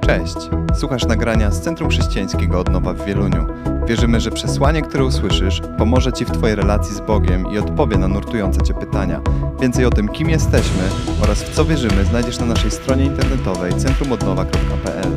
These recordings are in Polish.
Cześć! Słuchasz nagrania z Centrum Chrześcijańskiego Odnowa w Wieluniu. Wierzymy, że przesłanie, które usłyszysz, pomoże Ci w Twojej relacji z Bogiem i odpowie na nurtujące Cię pytania. Więcej o tym, kim jesteśmy oraz w co wierzymy, znajdziesz na naszej stronie internetowej centrumodnowa.pl.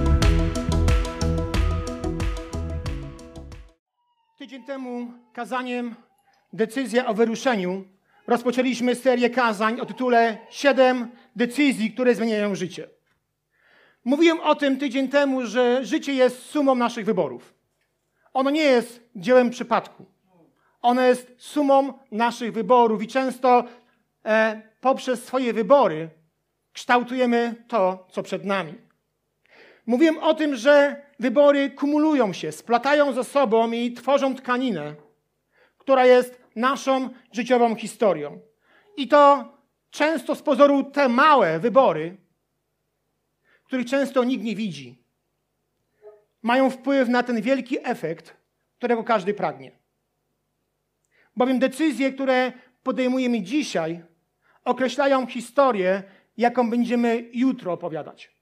Tydzień temu kazaniem Decyzja o wyruszeniu rozpoczęliśmy serię kazań o tytule 7 decyzji, które zmieniają życie. Mówiłem o tym tydzień temu, że życie jest sumą naszych wyborów. Ono nie jest dziełem przypadku. Ono jest sumą naszych wyborów i często poprzez swoje wybory kształtujemy to, co przed nami. Mówiłem o tym, że wybory kumulują się, splatają ze sobą i tworzą tkaninę, która jest naszą życiową historią. I to często z pozoru te małe wybory, których często nikt nie widzi, mają wpływ na ten wielki efekt, którego każdy pragnie. Bowiem decyzje, które podejmujemy dzisiaj, określają historię, jaką będziemy jutro opowiadać.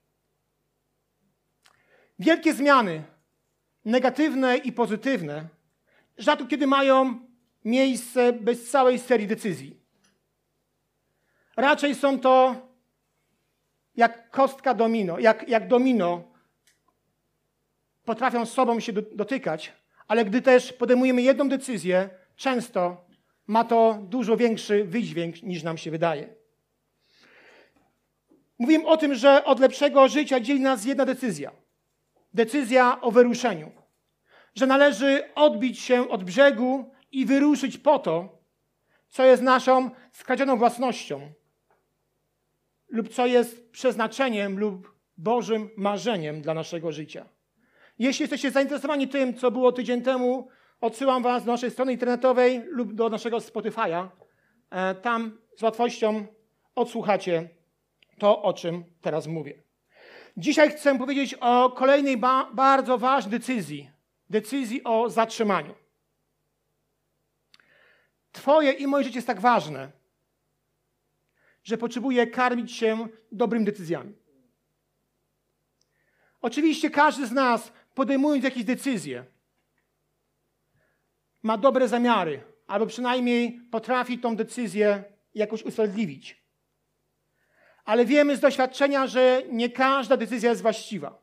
Wielkie zmiany, negatywne i pozytywne, rzadko kiedy mają miejsce bez całej serii decyzji. Raczej są to jak kostka domino, jak domino, potrafią z sobą się dotykać, ale gdy też podejmujemy jedną decyzję, często ma to dużo większy wydźwięk, niż nam się wydaje. Mówiłem o tym, że od lepszego życia dzieli nas jedna decyzja. Decyzja o wyruszeniu. Że należy odbić się od brzegu i wyruszyć po to, co jest naszą skradzioną własnością lub co jest przeznaczeniem lub Bożym marzeniem dla naszego życia. Jeśli jesteście zainteresowani tym, co było tydzień temu, odsyłam was do naszej strony internetowej lub do naszego Spotify'a. Tam z łatwością odsłuchacie to, o czym teraz mówię. Dzisiaj chcę powiedzieć o kolejnej bardzo ważnej decyzji o zatrzymaniu. Twoje i moje życie jest tak ważne, że potrzebuje karmić się dobrymi decyzjami. Oczywiście każdy z nas, podejmując jakieś decyzje, ma dobre zamiary, albo przynajmniej potrafi tą decyzję jakoś usprawiedliwić. Ale wiemy z doświadczenia, że nie każda decyzja jest właściwa.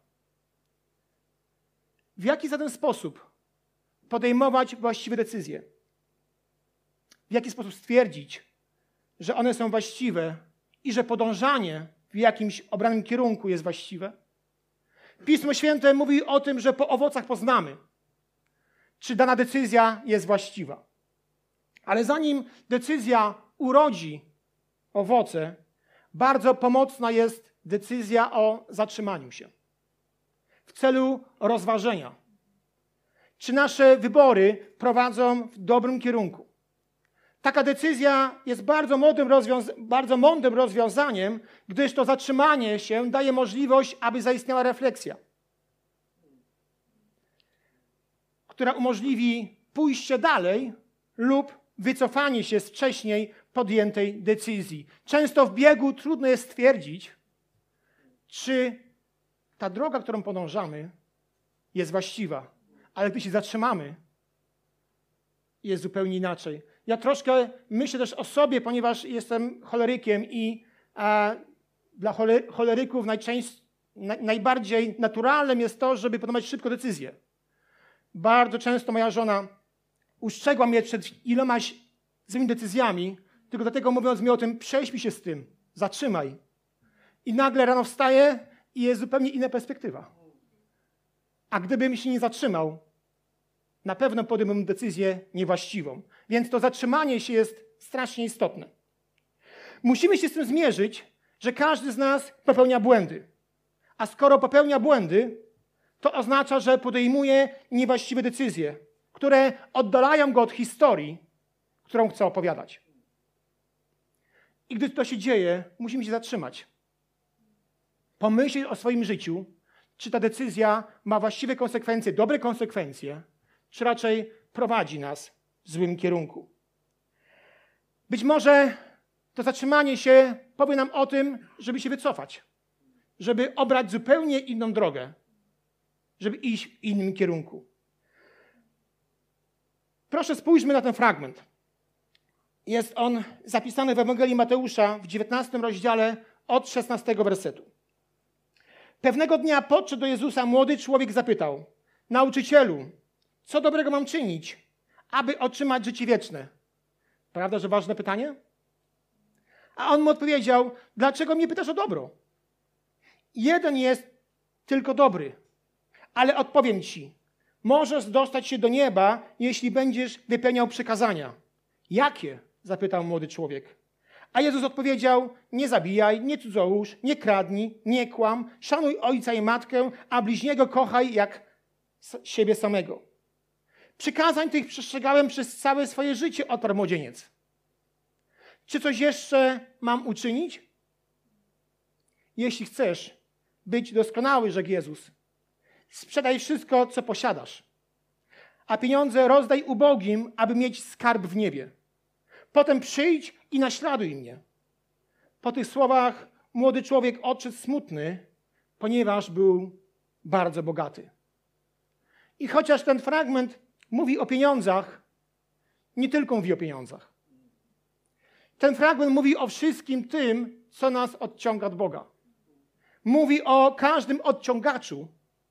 W jaki zatem sposób podejmować właściwe decyzje? W jaki sposób stwierdzić, że one są właściwe i że podążanie w jakimś obranym kierunku jest właściwe? Pismo Święte mówi o tym, że po owocach poznamy, czy dana decyzja jest właściwa. Ale zanim decyzja urodzi owoce, bardzo pomocna jest decyzja o zatrzymaniu się w celu rozważenia, czy nasze wybory prowadzą w dobrym kierunku. Taka decyzja jest bardzo mądrym rozwiązaniem, gdyż to zatrzymanie się daje możliwość, aby zaistniała refleksja, która umożliwi pójście dalej lub wycofanie się z wcześniej podjętej decyzji. Często w biegu trudno jest stwierdzić, czy ta droga, którą podążamy, jest właściwa. Ale gdy się zatrzymamy, jest zupełnie inaczej. Ja troszkę myślę też o sobie, ponieważ jestem cholerykiem i dla choleryków najbardziej naturalnym jest to, żeby podejmować szybko decyzje. Bardzo często moja żona ustrzegła mnie przed iloma złymi decyzjami, tylko dlatego mówiąc mi o tym, prześpij się z tym, zatrzymaj. I nagle rano wstaję i jest zupełnie inna perspektywa. A gdybym się nie zatrzymał, na pewno podjąłbym decyzję niewłaściwą. Więc to zatrzymanie się jest strasznie istotne. Musimy się z tym zmierzyć, że każdy z nas popełnia błędy. A skoro popełnia błędy, to oznacza, że podejmuje niewłaściwe decyzje, które oddalają go od historii, którą chce opowiadać. I gdy to się dzieje, musimy się zatrzymać. Pomyśleć o swoim życiu, czy ta decyzja ma właściwe konsekwencje, dobre konsekwencje, czy raczej prowadzi nas w złym kierunku. Być może to zatrzymanie się powie nam o tym, żeby się wycofać. żeby obrać zupełnie inną drogę, żeby iść w innym kierunku. Proszę, spójrzmy na ten fragment. Jest on zapisany w Ewangelii Mateusza w 19 rozdziale od 16 wersetu. Pewnego dnia podszedł do Jezusa młody człowiek, zapytał: Nauczycielu, co dobrego mam czynić, aby otrzymać życie wieczne? Prawda, że ważne pytanie? A on mu odpowiedział: dlaczego mnie pytasz o dobro? Jeden jest tylko dobry, ale odpowiem ci, możesz dostać się do nieba, jeśli będziesz wypełniał przykazania. Jakie? Zapytał młody człowiek. A Jezus odpowiedział: nie zabijaj, nie cudzołóż, nie kradnij, nie kłam, szanuj ojca i matkę, a bliźniego kochaj jak siebie samego. Przykazań tych przestrzegałem przez całe swoje życie, odparł młodzieniec. Czy coś jeszcze mam uczynić? Jeśli chcesz być doskonały, rzekł Jezus, sprzedaj wszystko, co posiadasz, a pieniądze rozdaj ubogim, aby mieć skarb w niebie. Potem przyjdź i naśladuj mnie. Po tych słowach młody człowiek odszedł smutny, ponieważ był bardzo bogaty. I chociaż ten fragment mówi o pieniądzach, nie tylko mówi o pieniądzach. Ten fragment mówi o wszystkim tym, co nas odciąga od Boga. Mówi o każdym odciągaczu,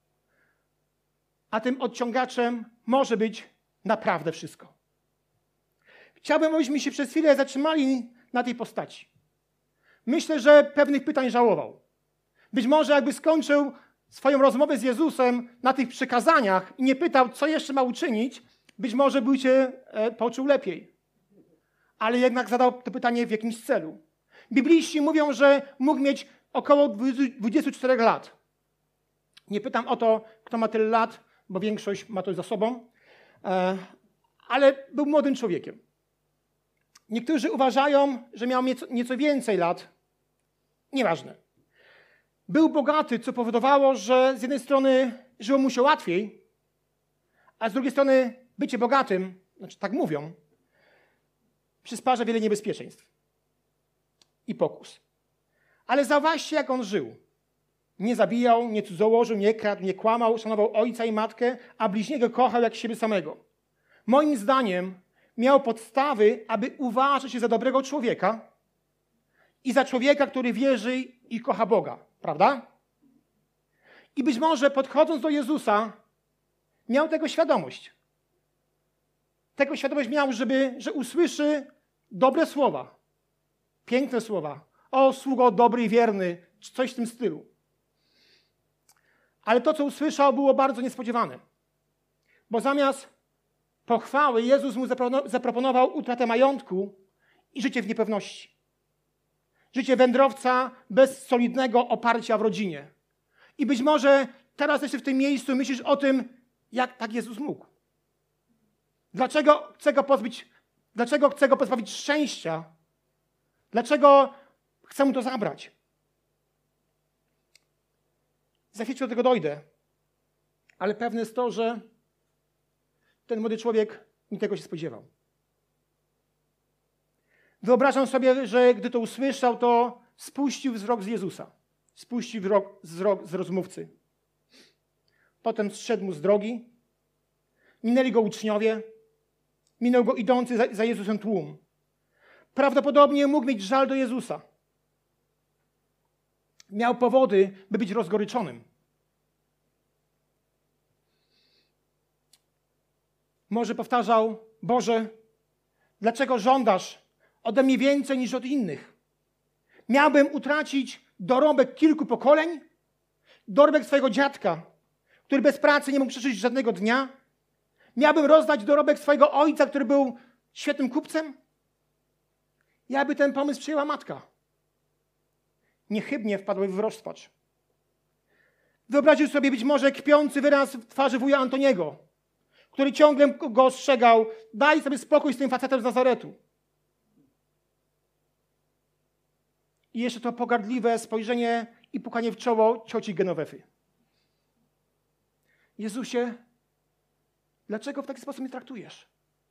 a tym odciągaczem może być naprawdę wszystko. Chciałbym, abyśmy się przez chwilę zatrzymali na tej postaci. Myślę, że pewnych pytań żałował. Być może jakby skończył swoją rozmowę z Jezusem na tych przykazaniach i nie pytał, co jeszcze ma uczynić, być może by się poczuł lepiej. Ale jednak zadał to pytanie w jakimś celu. Bibliści mówią, że mógł mieć około 24 lat. Nie pytam o to, kto ma tyle lat, bo większość ma to za sobą, ale był młodym człowiekiem. Niektórzy uważają, że miał nieco więcej lat. Nieważne. Był bogaty, co powodowało, że z jednej strony żyło mu się łatwiej, a z drugiej strony bycie bogatym, znaczy tak mówią, przysparza wiele niebezpieczeństw i pokus. Ale zauważcie, jak on żył. Nie zabijał, nie cudzołożył, nie kradł, nie kłamał, szanował ojca i matkę, a bliźniego kochał jak siebie samego. Moim zdaniem miał podstawy, aby uważać się za dobrego człowieka i za człowieka, który wierzy i kocha Boga. Prawda? I być może podchodząc do Jezusa miał tego świadomość. Tego świadomość miał, że usłyszy dobre słowa, piękne słowa. O, sługo dobry i wierny, czy coś w tym stylu. Ale to, co usłyszał, było bardzo niespodziewane. Bo zamiast pochwały Jezus mu zaproponował utratę majątku i życie w niepewności. Życie wędrowca bez solidnego oparcia w rodzinie. I być może teraz jeszcze w tym miejscu myślisz o tym, jak tak Jezus mógł. Dlaczego chce go pozbawić szczęścia? Dlaczego chce mu to zabrać? Za chwilę do tego dojdę. Ale pewne jest to, że ten młody człowiek nie tego się spodziewał. Wyobrażam sobie, że gdy to usłyszał, to spuścił wzrok z Jezusa. Spuścił wzrok z rozmówcy. Potem zszedł mu z drogi. Minęli go uczniowie. Minął go idący za Jezusem tłum. Prawdopodobnie mógł mieć żal do Jezusa. Miał powody, by być rozgoryczonym. Może powtarzał: Boże, dlaczego żądasz ode mnie więcej niż od innych? Miałbym utracić dorobek kilku pokoleń? Dorobek swojego dziadka, który bez pracy nie mógł przeżyć żadnego dnia? Miałbym rozdać dorobek swojego ojca, który był świetnym kupcem? Jakby ten pomysł przyjęła matka. Niechybnie wpadł w rozpacz. Wyobraził sobie być może kpiący wyraz w twarzy wuja Antoniego, który ciągle go ostrzegał: daj sobie spokój z tym facetem z Nazaretu. I jeszcze to pogardliwe spojrzenie i pukanie w czoło cioci Genowefy. Jezusie, dlaczego w taki sposób mnie traktujesz?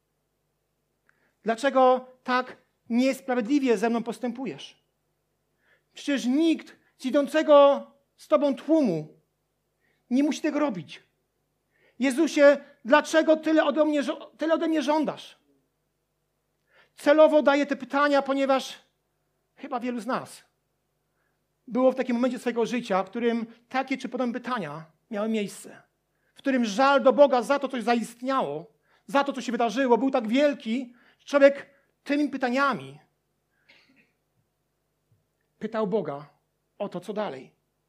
Dlaczego tak niesprawiedliwie ze mną postępujesz? Przecież nikt z idącego z Tobą tłumu nie musi tego robić. Jezusie, dlaczego tyle ode mnie żądasz? Celowo daję te pytania, ponieważ chyba wielu z nas było w takim momencie swojego życia, w którym takie czy podobne pytania miały miejsce. W którym żal do Boga za to, co zaistniało, za to, co się wydarzyło, był tak wielki, że człowiek tymi pytaniami pytał Boga o to, co dalej.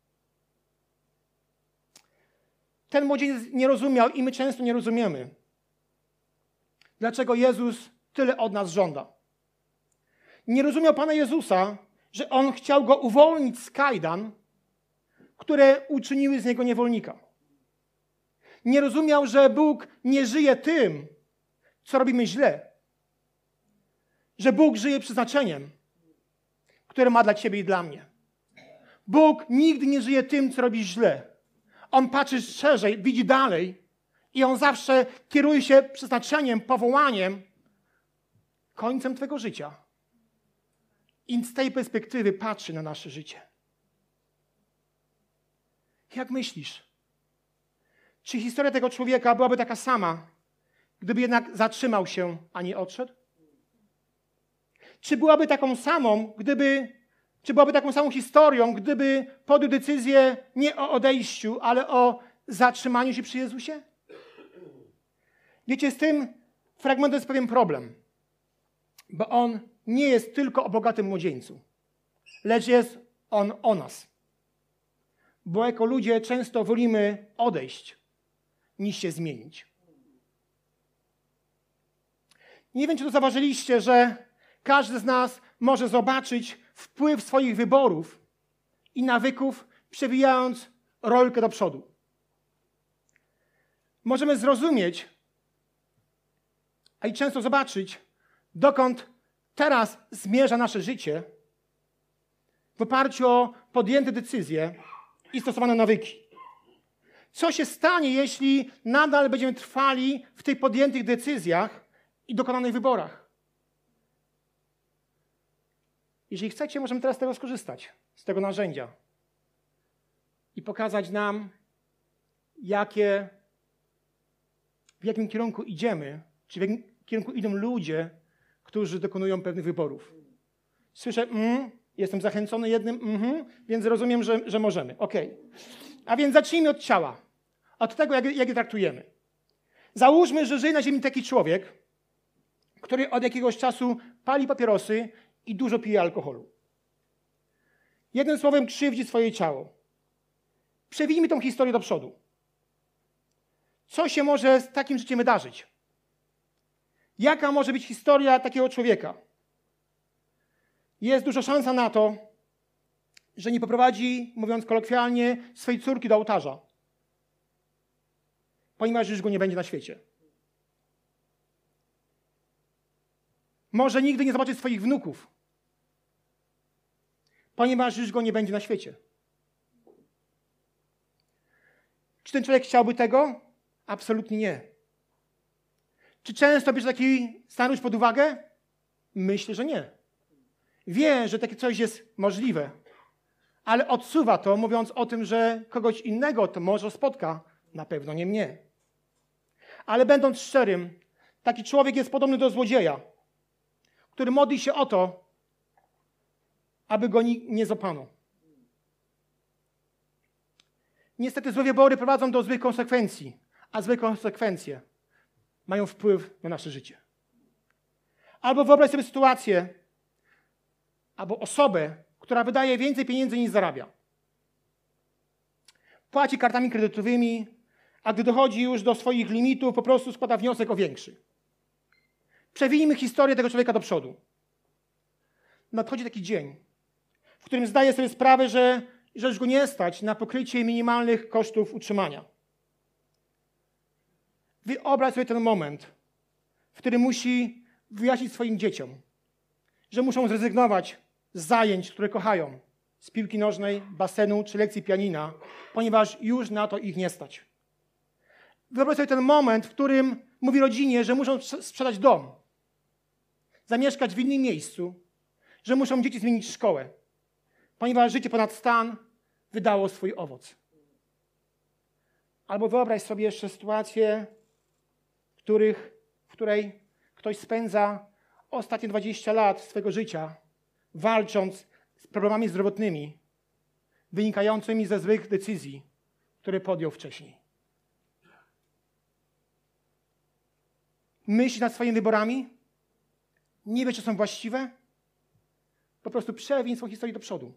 Ten młodzieniec nie rozumiał i my często nie rozumiemy, dlaczego Jezus tyle od nas żąda. Nie rozumiał Pana Jezusa, że On chciał Go uwolnić z kajdan, które uczyniły z Niego niewolnika. Nie rozumiał, że Bóg nie żyje tym, co robimy źle. Że Bóg żyje przeznaczeniem, które ma dla Ciebie i dla mnie. Bóg nigdy nie żyje tym, co robisz źle. On patrzy szerzej, widzi dalej i On zawsze kieruje się przeznaczeniem, powołaniem, końcem Twojego życia. I z tej perspektywy patrzy na nasze życie. Jak myślisz? Czy historia tego człowieka byłaby taka sama, gdyby jednak zatrzymał się, a nie odszedł? Czy byłaby taką samą historią, gdyby podjął decyzję nie o odejściu, ale o zatrzymaniu się przy Jezusie? Wiecie, z tym fragmentem jest pewien problem, bo on nie jest tylko o bogatym młodzieńcu, lecz jest on o nas. Bo jako ludzie często wolimy odejść, niż się zmienić. Nie wiem, czy to zauważyliście, że każdy z nas może zobaczyć wpływ swoich wyborów i nawyków, przewijając rolkę do przodu. Możemy zrozumieć, a i często zobaczyć, dokąd teraz zmierza nasze życie w oparciu o podjęte decyzje i stosowane nawyki. Co się stanie, jeśli nadal będziemy trwali w tych podjętych decyzjach i dokonanych wyborach? Jeżeli chcecie, możemy teraz z tego skorzystać, z tego narzędzia i pokazać nam, w jakim kierunku idziemy, czy w jakim kierunku idą ludzie, którzy dokonują pewnych wyborów. Słyszę, jestem zachęcony jednym, więc rozumiem, że możemy. Okej. A więc zacznijmy od ciała, od tego, jak je traktujemy. Załóżmy, że żyje na ziemi taki człowiek, który od jakiegoś czasu pali papierosy i dużo pije alkoholu. Jednym słowem krzywdzi swoje ciało. Przewijmy tą historię do przodu. Co się może z takim życiem wydarzyć? Jaka może być historia takiego człowieka? Jest duża szansa na to, że nie poprowadzi, mówiąc kolokwialnie, swojej córki do ołtarza, ponieważ już go nie będzie na świecie. Może nigdy nie zobaczy swoich wnuków, ponieważ już go nie będzie na świecie. Czy ten człowiek chciałby tego? Absolutnie nie. Czy często bierze taki scenariusz pod uwagę? Myślę, że nie. Wie, że takie coś jest możliwe, ale odsuwa to, mówiąc o tym, że kogoś innego to może spotka, na pewno nie mnie. Ale będąc szczerym, taki człowiek jest podobny do złodzieja, który modli się o to, aby go nikt nie złapano. Niestety złe wybory prowadzą do złych konsekwencji, a złe konsekwencje mają wpływ na nasze życie. Albo wyobraź sobie sytuację, albo osobę, która wydaje więcej pieniędzy niż zarabia. Płaci kartami kredytowymi, a gdy dochodzi już do swoich limitów, po prostu składa wniosek o większy. Przewijmy historię tego człowieka do przodu. Nadchodzi taki dzień, w którym zdaje sobie sprawę, że już go nie stać na pokrycie minimalnych kosztów utrzymania. Wyobraź sobie ten moment, w którym musi wyjaśnić swoim dzieciom, że muszą zrezygnować z zajęć, które kochają, z piłki nożnej, basenu czy lekcji pianina, ponieważ już na to ich nie stać. Wyobraź sobie ten moment, w którym mówi rodzinie, że muszą sprzedać dom, zamieszkać w innym miejscu, że muszą dzieci zmienić szkołę, ponieważ życie ponad stan wydało swój owoc. Albo wyobraź sobie jeszcze sytuację, w której ktoś spędza ostatnie 20 lat swojego życia walcząc z problemami zdrowotnymi wynikającymi ze złych decyzji, które podjął wcześniej. Myśli nad swoimi wyborami? Nie wie, czy są właściwe? Po prostu przewiń swoją historię do przodu.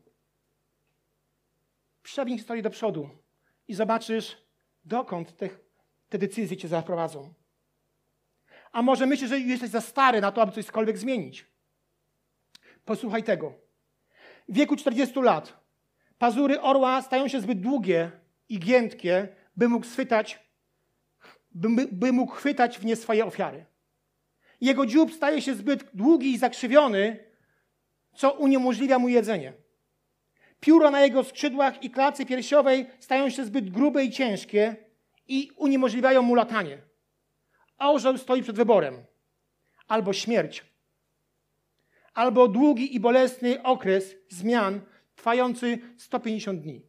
Przewiń historię do przodu i zobaczysz, dokąd te decyzje cię zaprowadzą. A może myślisz, że jesteś za stary na to, aby cośkolwiek zmienić? Posłuchaj tego. W wieku 40 lat pazury orła stają się zbyt długie i giętkie, by mógł chwytać w nie swoje ofiary. Jego dziób staje się zbyt długi i zakrzywiony, co uniemożliwia mu jedzenie. Pióra na jego skrzydłach i klatce piersiowej stają się zbyt grube i ciężkie i uniemożliwiają mu latanie. Orzeł stoi przed wyborem. Albo śmierć, albo długi i bolesny okres zmian trwający 150 dni.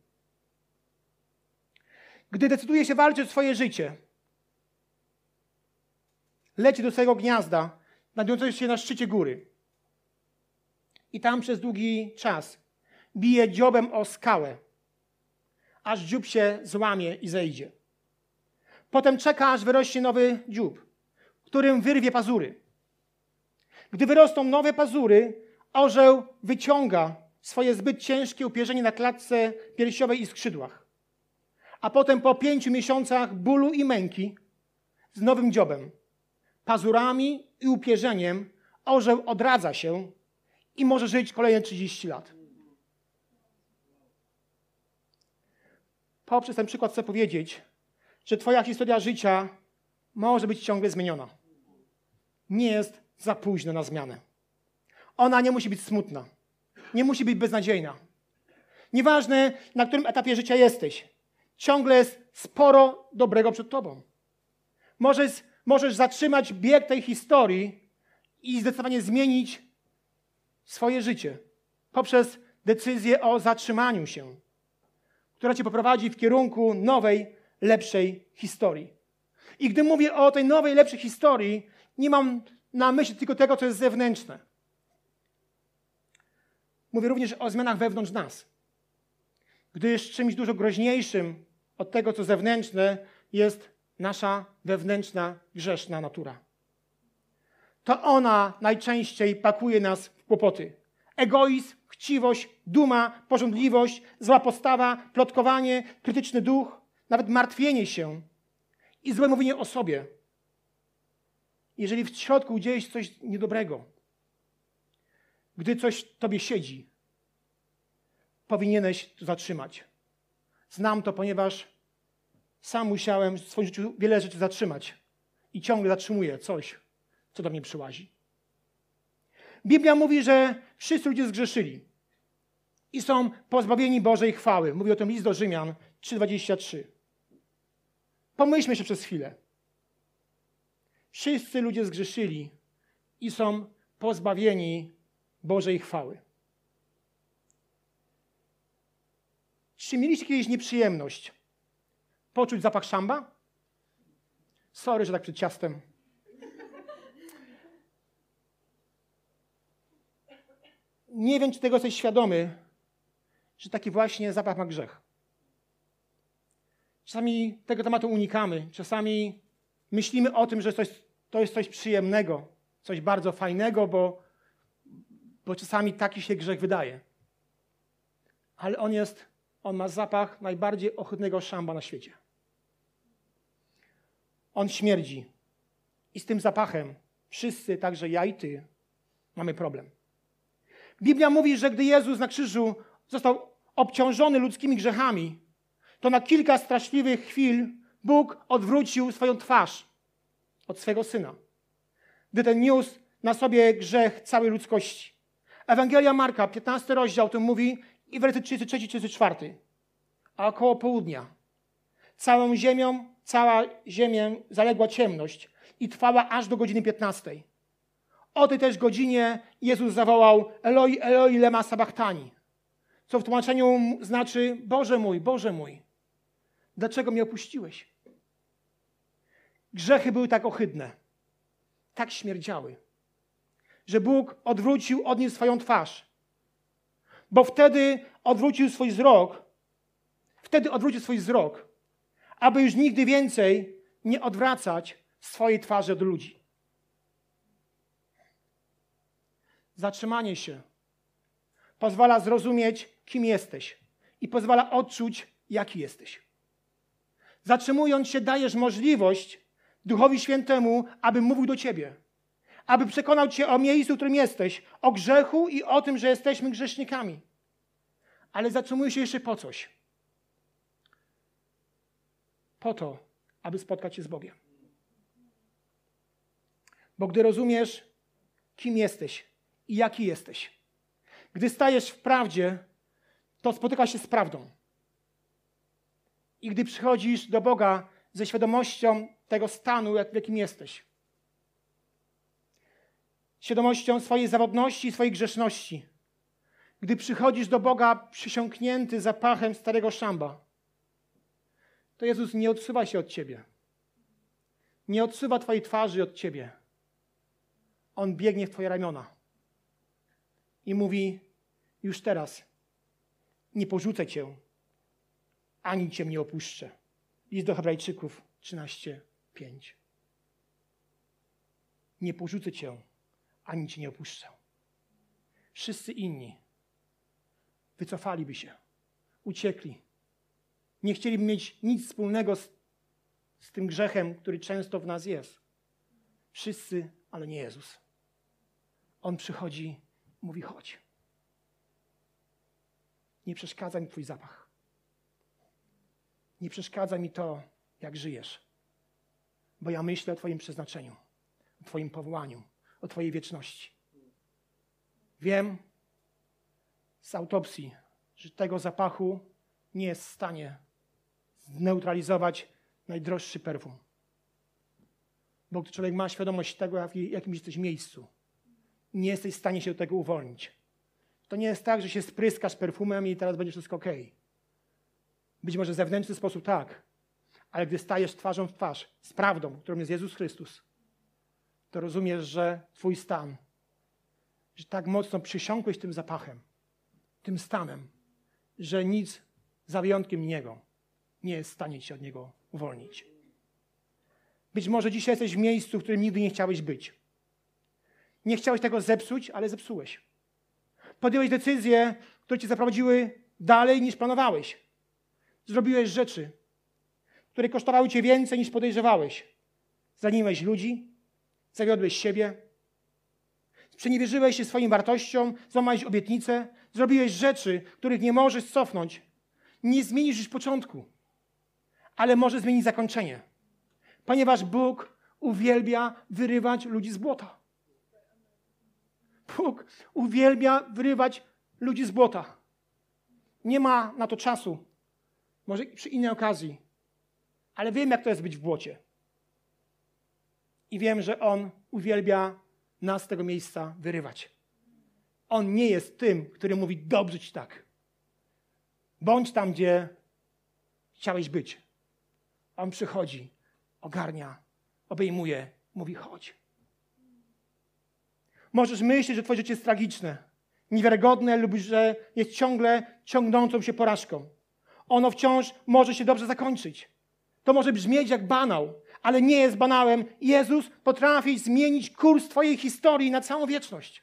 Gdy decyduje się walczyć o swoje życie, leci do swojego gniazda, znajdującego się na szczycie góry. I tam przez długi czas bije dziobem o skałę, aż dziób się złamie i zejdzie. Potem czeka, aż wyrośnie nowy dziób, którym wyrwie pazury. Gdy wyrosną nowe pazury, orzeł wyciąga swoje zbyt ciężkie upierzenie na klatce piersiowej i skrzydłach. A potem po 5 miesiącach bólu i męki z nowym dziobem, pazurami i upierzeniem orzeł odradza się i może żyć kolejne 30 lat. Poprzez ten przykład chcę powiedzieć, że twoja historia życia może być ciągle zmieniona. Nie jest za późno na zmianę. Ona nie musi być smutna. Nie musi być beznadziejna. Nieważne, na którym etapie życia jesteś, ciągle jest sporo dobrego przed tobą. Możesz zatrzymać bieg tej historii i zdecydowanie zmienić swoje życie poprzez decyzję o zatrzymaniu się, która cię poprowadzi w kierunku nowej, lepszej historii. I gdy mówię o tej nowej, lepszej historii, nie mam na myśli tylko tego, co jest zewnętrzne. Mówię również o zmianach wewnątrz nas. Gdyż czymś dużo groźniejszym od tego, co zewnętrzne, jest nasza wewnętrzna, grzeszna natura. To ona najczęściej pakuje nas w kłopoty. Egoizm, chciwość, duma, pożądliwość, zła postawa, plotkowanie, krytyczny duch, nawet martwienie się i złe mówienie o sobie. Jeżeli w środku dzieje się coś niedobrego, gdy coś w tobie siedzi, powinieneś to zatrzymać. Znam to, ponieważ sam musiałem w swoim życiu wiele rzeczy zatrzymać i ciągle zatrzymuję coś, co do mnie przyłazi. Biblia mówi, że wszyscy ludzie zgrzeszyli i są pozbawieni Bożej chwały. Mówi o tym list do Rzymian 3:23. Pomyślmy się przez chwilę. Wszyscy ludzie zgrzeszyli i są pozbawieni Bożej chwały. Czy mieliście kiedyś nieprzyjemność poczuć zapach szamba? Sorry, że tak przed ciastem. Nie wiem, czy tego jesteś świadomy, że taki właśnie zapach ma grzech. Czasami tego tematu unikamy. Czasami myślimy o tym, że to jest coś przyjemnego, coś bardzo fajnego, bo czasami taki się grzech wydaje. Ale on ma zapach najbardziej ohydnego szamba na świecie. On śmierdzi. I z tym zapachem wszyscy, także ja i ty, mamy problem. Biblia mówi, że gdy Jezus na krzyżu został obciążony ludzkimi grzechami, to na kilka straszliwych chwil Bóg odwrócił swoją twarz od swego Syna, gdy ten niósł na sobie grzech całej ludzkości. Ewangelia Marka, 15 rozdział, to mówi i werset 33-34. A około południa cała ziemię zaległa ciemność i trwała aż do godziny 15. O tej też godzinie Jezus zawołał Eloi, Eloi, lema sabachthani, co w tłumaczeniu znaczy Boże mój, dlaczego mnie opuściłeś? Grzechy były tak ohydne, tak śmierdziały, że Bóg odwrócił od nich swoją twarz, bo wtedy odwrócił swój wzrok, aby już nigdy więcej nie odwracać swojej twarzy od ludzi. Zatrzymanie się pozwala zrozumieć, kim jesteś i pozwala odczuć, jaki jesteś. Zatrzymując się, dajesz możliwość Duchowi Świętemu, aby mówił do ciebie, aby przekonał cię o miejscu, w którym jesteś, o grzechu i o tym, że jesteśmy grzesznikami. Ale zatrzymuj się jeszcze po coś. Po to, aby spotkać się z Bogiem. Bo gdy rozumiesz, kim jesteś i jaki jesteś, gdy stajesz w prawdzie, to spotykasz się z prawdą. I gdy przychodzisz do Boga ze świadomością tego stanu, w jakim jesteś, świadomością swojej zawodności i swojej grzeszności, gdy przychodzisz do Boga przysiąknięty zapachem starego szamba, to Jezus nie odsuwa się od ciebie. Nie odsuwa twojej twarzy od ciebie. On biegnie w twoje ramiona i mówi: już teraz nie porzucę cię, ani cię nie opuszczę. List do Hebrajczyków 13:5. Nie porzucę cię, ani cię nie opuszczę. Wszyscy inni wycofaliby się, uciekli. Nie chcieliby mieć nic wspólnego z tym grzechem, który często w nas jest. Wszyscy, ale nie Jezus. On przychodzi, mówi: chodź. Nie przeszkadza mi twój zapach. Nie przeszkadza mi to, jak żyjesz. Bo ja myślę o twoim przeznaczeniu, o twoim powołaniu, o twojej wieczności. Wiem z autopsji, że tego zapachu nie jest w stanie zneutralizować najdroższy perfum. Bo gdy człowiek ma świadomość tego, w jakim jesteś miejscu, nie jesteś w stanie się od tego uwolnić. To nie jest tak, że się spryskasz perfumem i teraz będzie wszystko okej. Być może w zewnętrzny sposób tak, ale gdy stajesz twarzą w twarz z prawdą, którą jest Jezus Chrystus, to rozumiesz, że twój stan, że tak mocno przysiąkłeś tym zapachem, tym stanem, że nic za wyjątkiem Niego nie jest w stanie cię od Niego uwolnić. Być może dzisiaj jesteś w miejscu, w którym nigdy nie chciałeś być. Nie chciałeś tego zepsuć, ale zepsułeś. Podjąłeś decyzje, które cię zaprowadziły dalej niż planowałeś. Zrobiłeś rzeczy, które kosztowały cię więcej niż podejrzewałeś. Zraniłeś ludzi, zawiodłeś siebie, sprzeniewierzyłeś się swoim wartościom, złamałeś obietnice, zrobiłeś rzeczy, których nie możesz cofnąć. Nie zmienisz już początku, ale może zmienić zakończenie. Ponieważ Bóg uwielbia wyrywać ludzi z błota. Bóg uwielbia wyrywać ludzi z błota. Nie ma na to czasu. Może przy innej okazji. Ale wiem, jak to jest być w błocie. I wiem, że On uwielbia nas z tego miejsca wyrywać. On nie jest tym, który mówi: dobrze ci tak. Bądź tam, gdzie chciałeś być. On przychodzi, ogarnia, obejmuje, mówi: chodź. Możesz myśleć, że twoje życie jest tragiczne, niewiarygodne lub że jest ciągle ciągnącą się porażką. Ono wciąż może się dobrze zakończyć. To może brzmieć jak banał, ale nie jest banałem. Jezus potrafi zmienić kurs twojej historii na całą wieczność.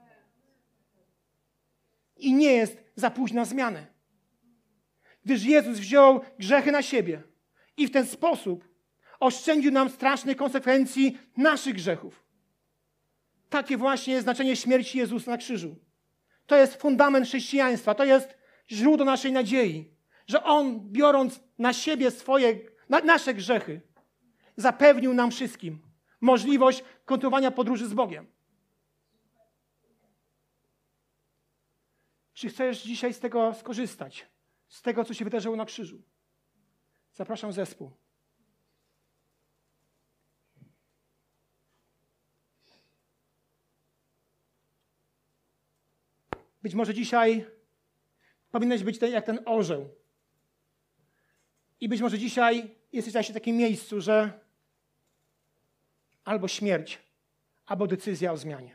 I nie jest za późno na zmianę. Gdyż Jezus wziął grzechy na siebie i w ten sposób oszczędził nam strasznych konsekwencji naszych grzechów. Takie właśnie jest znaczenie śmierci Jezusa na krzyżu. To jest fundament chrześcijaństwa, to jest źródło naszej nadziei, że On, biorąc na siebie nasze grzechy, zapewnił nam wszystkim możliwość kontynuowania podróży z Bogiem. Czy chcesz dzisiaj z tego skorzystać? Z tego, co się wydarzyło na krzyżu? Zapraszam zespół. Być może dzisiaj Powinieneś być jak ten orzeł. I być może dzisiaj jesteś w takim miejscu, że albo śmierć, albo decyzja o zmianie.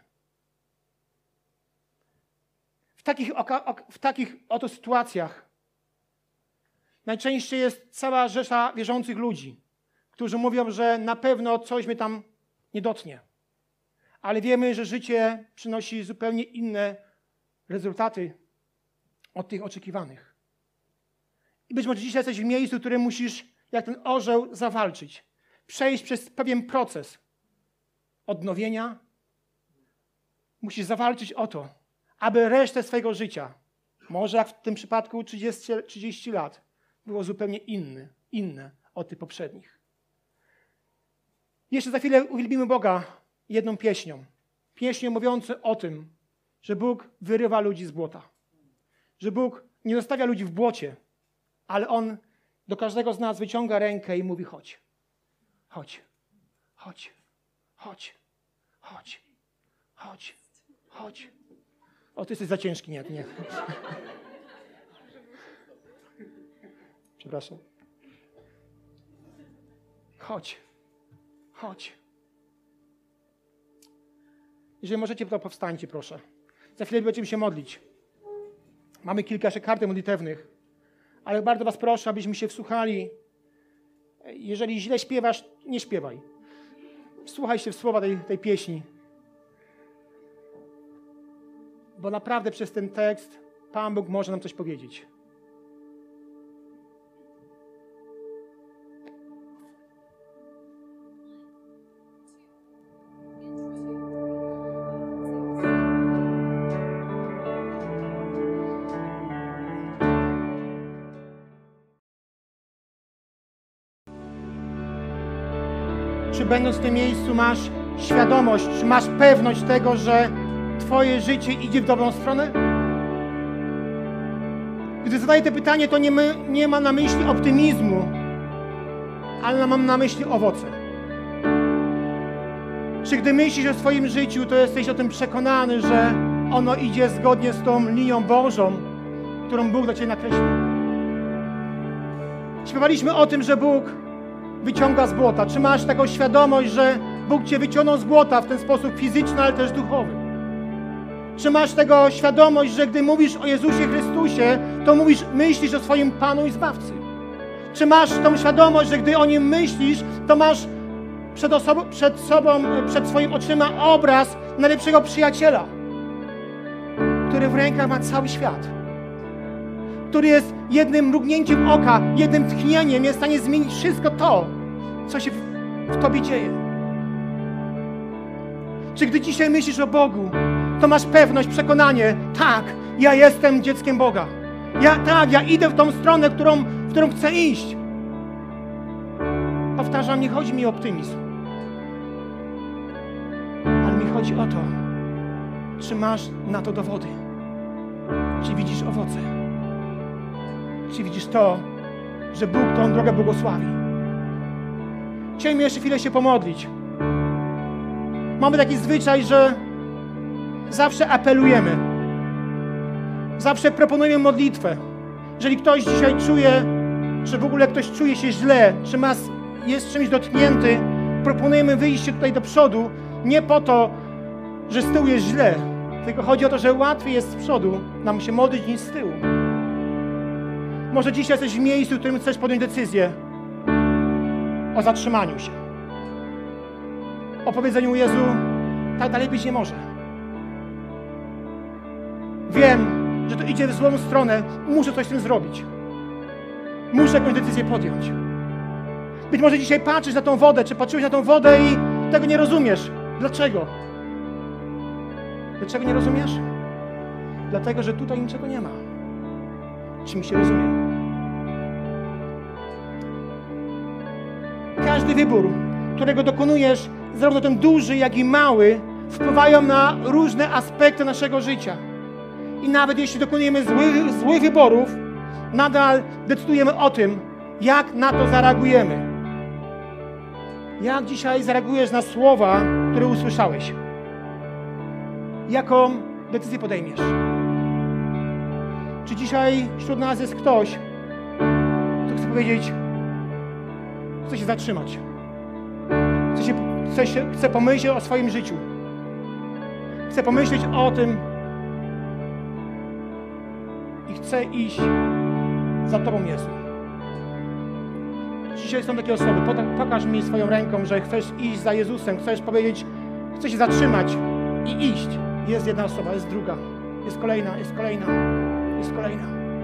W takich oto sytuacjach najczęściej jest cała rzesza wierzących ludzi, którzy mówią, że na pewno coś mnie tam nie dotknie. Ale wiemy, że życie przynosi zupełnie inne rezultaty od tych oczekiwanych. I być może dzisiaj jesteś w miejscu, w którym musisz, jak ten orzeł, zawalczyć. Przejść przez pewien proces odnowienia. Musisz zawalczyć o to, aby resztę swojego życia, może jak w tym przypadku 30 lat, było zupełnie inne od tych poprzednich. Jeszcze za chwilę uwielbimy Boga jedną pieśnią. Pieśnią mówiącą o tym, że Bóg wyrywa ludzi z błota. Że Bóg nie zostawia ludzi w błocie, ale On do każdego z nas wyciąga rękę i mówi: chodź, chodź, chodź, chodź, chodź, chodź, chodź. O, ty jesteś za ciężki, nie. Przepraszam. Chodź, chodź. Jeżeli możecie, to powstańcie, proszę. Za chwilę będziemy się modlić. Mamy kilka jeszcze kartek modlitewnych, ale bardzo was proszę, abyśmy się wsłuchali. Jeżeli źle śpiewasz, nie śpiewaj. Wsłuchaj się w słowa tej pieśni. Bo naprawdę przez ten tekst Pan Bóg może nam coś powiedzieć. Czy będąc w tym miejscu masz świadomość, czy masz pewność tego, że Twoje życie idzie w dobrą stronę? Gdy zadaję to pytanie, to nie mam na myśli optymizmu, ale mam na myśli owoce. Czy gdy myślisz o swoim życiu, to jesteś o tym przekonany, że ono idzie zgodnie z tą linią Bożą, którą Bóg dla Ciebie nakreślił? Śpiewaliśmy o tym, że Bóg wyciąga z błota. Czy masz taką świadomość, że Bóg Cię wyciągnął z błota w ten sposób fizyczny, ale też duchowy? Czy masz tego świadomość, że gdy mówisz o Jezusie Chrystusie, to myślisz o swoim Panu i Zbawcy? Czy masz tą świadomość, że gdy o Nim myślisz, to masz przed swoim oczyma obraz najlepszego przyjaciela, który w rękach ma cały świat, który jest jednym mrugnięciem oka, jednym tchnieniem jest w stanie zmienić wszystko to, co się w Tobie dzieje? Czy gdy dzisiaj myślisz o Bogu, to masz pewność, przekonanie: tak, ja jestem dzieckiem Boga. Ja idę w tą stronę, w którą chcę iść. Powtarzam, nie chodzi mi o optymizm, ale mi chodzi o to, czy masz na to dowody. Czy widzisz owoce? Czy widzisz to, że Bóg tą drogę błogosławi? Chciałem jeszcze chwilę się pomodlić. Mamy taki zwyczaj, że zawsze apelujemy. Zawsze proponujemy modlitwę. Jeżeli ktoś dzisiaj czuje, czy w ogóle ktoś czuje się źle, czy jest czymś dotknięty, proponujemy wyjście tutaj do przodu, nie po to, że z tyłu jest źle, tylko chodzi o to, że łatwiej jest z przodu nam się modlić niż z tyłu. Może dzisiaj jesteś w miejscu, w którym chcesz podjąć decyzję o zatrzymaniu się. O powiedzeniu: Jezu, tak dalej być nie może. Wiem, że to idzie w złą stronę, muszę coś z tym zrobić. Muszę jakąś decyzję podjąć. Być może dzisiaj patrzysz na tą wodę, czy patrzyłeś na tą wodę i tego nie rozumiesz. Dlaczego? Dlaczego nie rozumiesz? Dlatego, że tutaj niczego nie ma. Czy mi się rozumie? Każdy wybór, którego dokonujesz, zarówno ten duży, jak i mały, wpływają na różne aspekty naszego życia. I nawet jeśli dokonujemy złych wyborów, nadal decydujemy o tym, jak na to zareagujemy. Jak dzisiaj zareagujesz na słowa, które usłyszałeś? Jaką decyzję podejmiesz? Czy dzisiaj wśród nas jest ktoś, kto chce powiedzieć, chce się zatrzymać, chce pomyśleć o swoim życiu, chce pomyśleć o tym i chce iść za Tobą, Jezu. Dzisiaj są takie osoby, pokaż mi swoją ręką, że chcesz iść za Jezusem, chcesz powiedzieć, chcesz się zatrzymać i iść. Jest jedna osoba, jest druga, jest kolejna, jest kolejna, jest kolejna.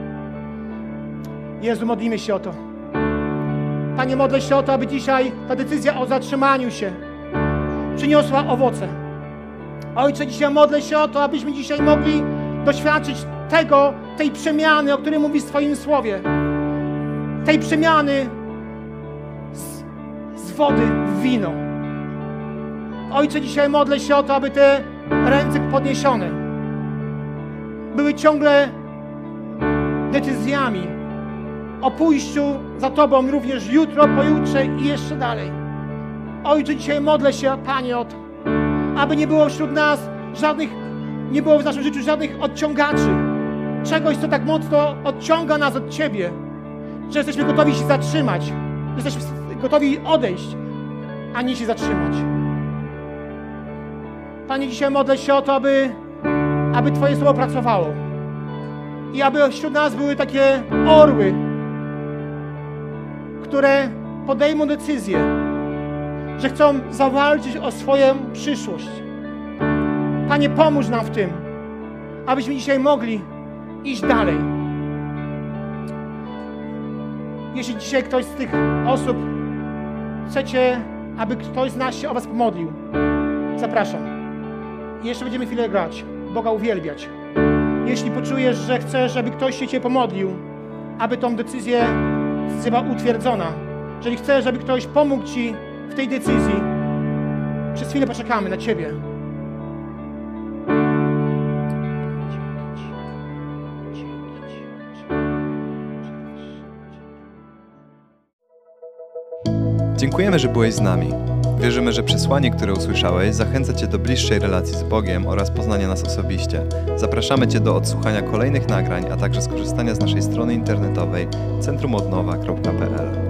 Jezu, modlimy się o to. Panie, modlę się o to, aby dzisiaj ta decyzja o zatrzymaniu się przyniosła owoce. Ojcze, dzisiaj modlę się o to, abyśmy dzisiaj mogli doświadczyć tej przemiany, o której mówi w swoim słowie. Tej przemiany z wody w wino. Ojcze, dzisiaj modlę się o to, aby te ręce podniesione były ciągle decyzjami o pójściu za Tobą również jutro, pojutrze i jeszcze dalej. Ojcze, dzisiaj modlę się, Panie, o to, aby nie było wśród nas nie było w naszym życiu żadnych odciągaczy. Czegoś, co tak mocno odciąga nas od Ciebie, że jesteśmy gotowi się zatrzymać, że jesteśmy gotowi odejść, a nie się zatrzymać. Panie, dzisiaj modlę się o to, aby Twoje słowo pracowało i aby wśród nas były takie orły, które podejmą decyzję, że chcą zawalczyć o swoją przyszłość. Panie, pomóż nam w tym, abyśmy dzisiaj mogli iść dalej. Jeśli dzisiaj ktoś z tych osób chcecie, aby ktoś z nas się o Was pomodlił, zapraszam. I jeszcze będziemy chwilę grać, Boga uwielbiać. Jeśli poczujesz, że chcesz, aby ktoś się Cię pomodlił, aby tą decyzja była utwierdzona, jeżeli chcesz, żeby ktoś pomógł Ci w tej decyzji, przez chwilę poczekamy na Ciebie. Dziękujemy, że byłeś z nami. Wierzymy, że przesłanie, które usłyszałeś, zachęca Cię do bliższej relacji z Bogiem oraz poznania nas osobiście. Zapraszamy Cię do odsłuchania kolejnych nagrań, a także skorzystania z naszej strony internetowej centrumodnowa.pl.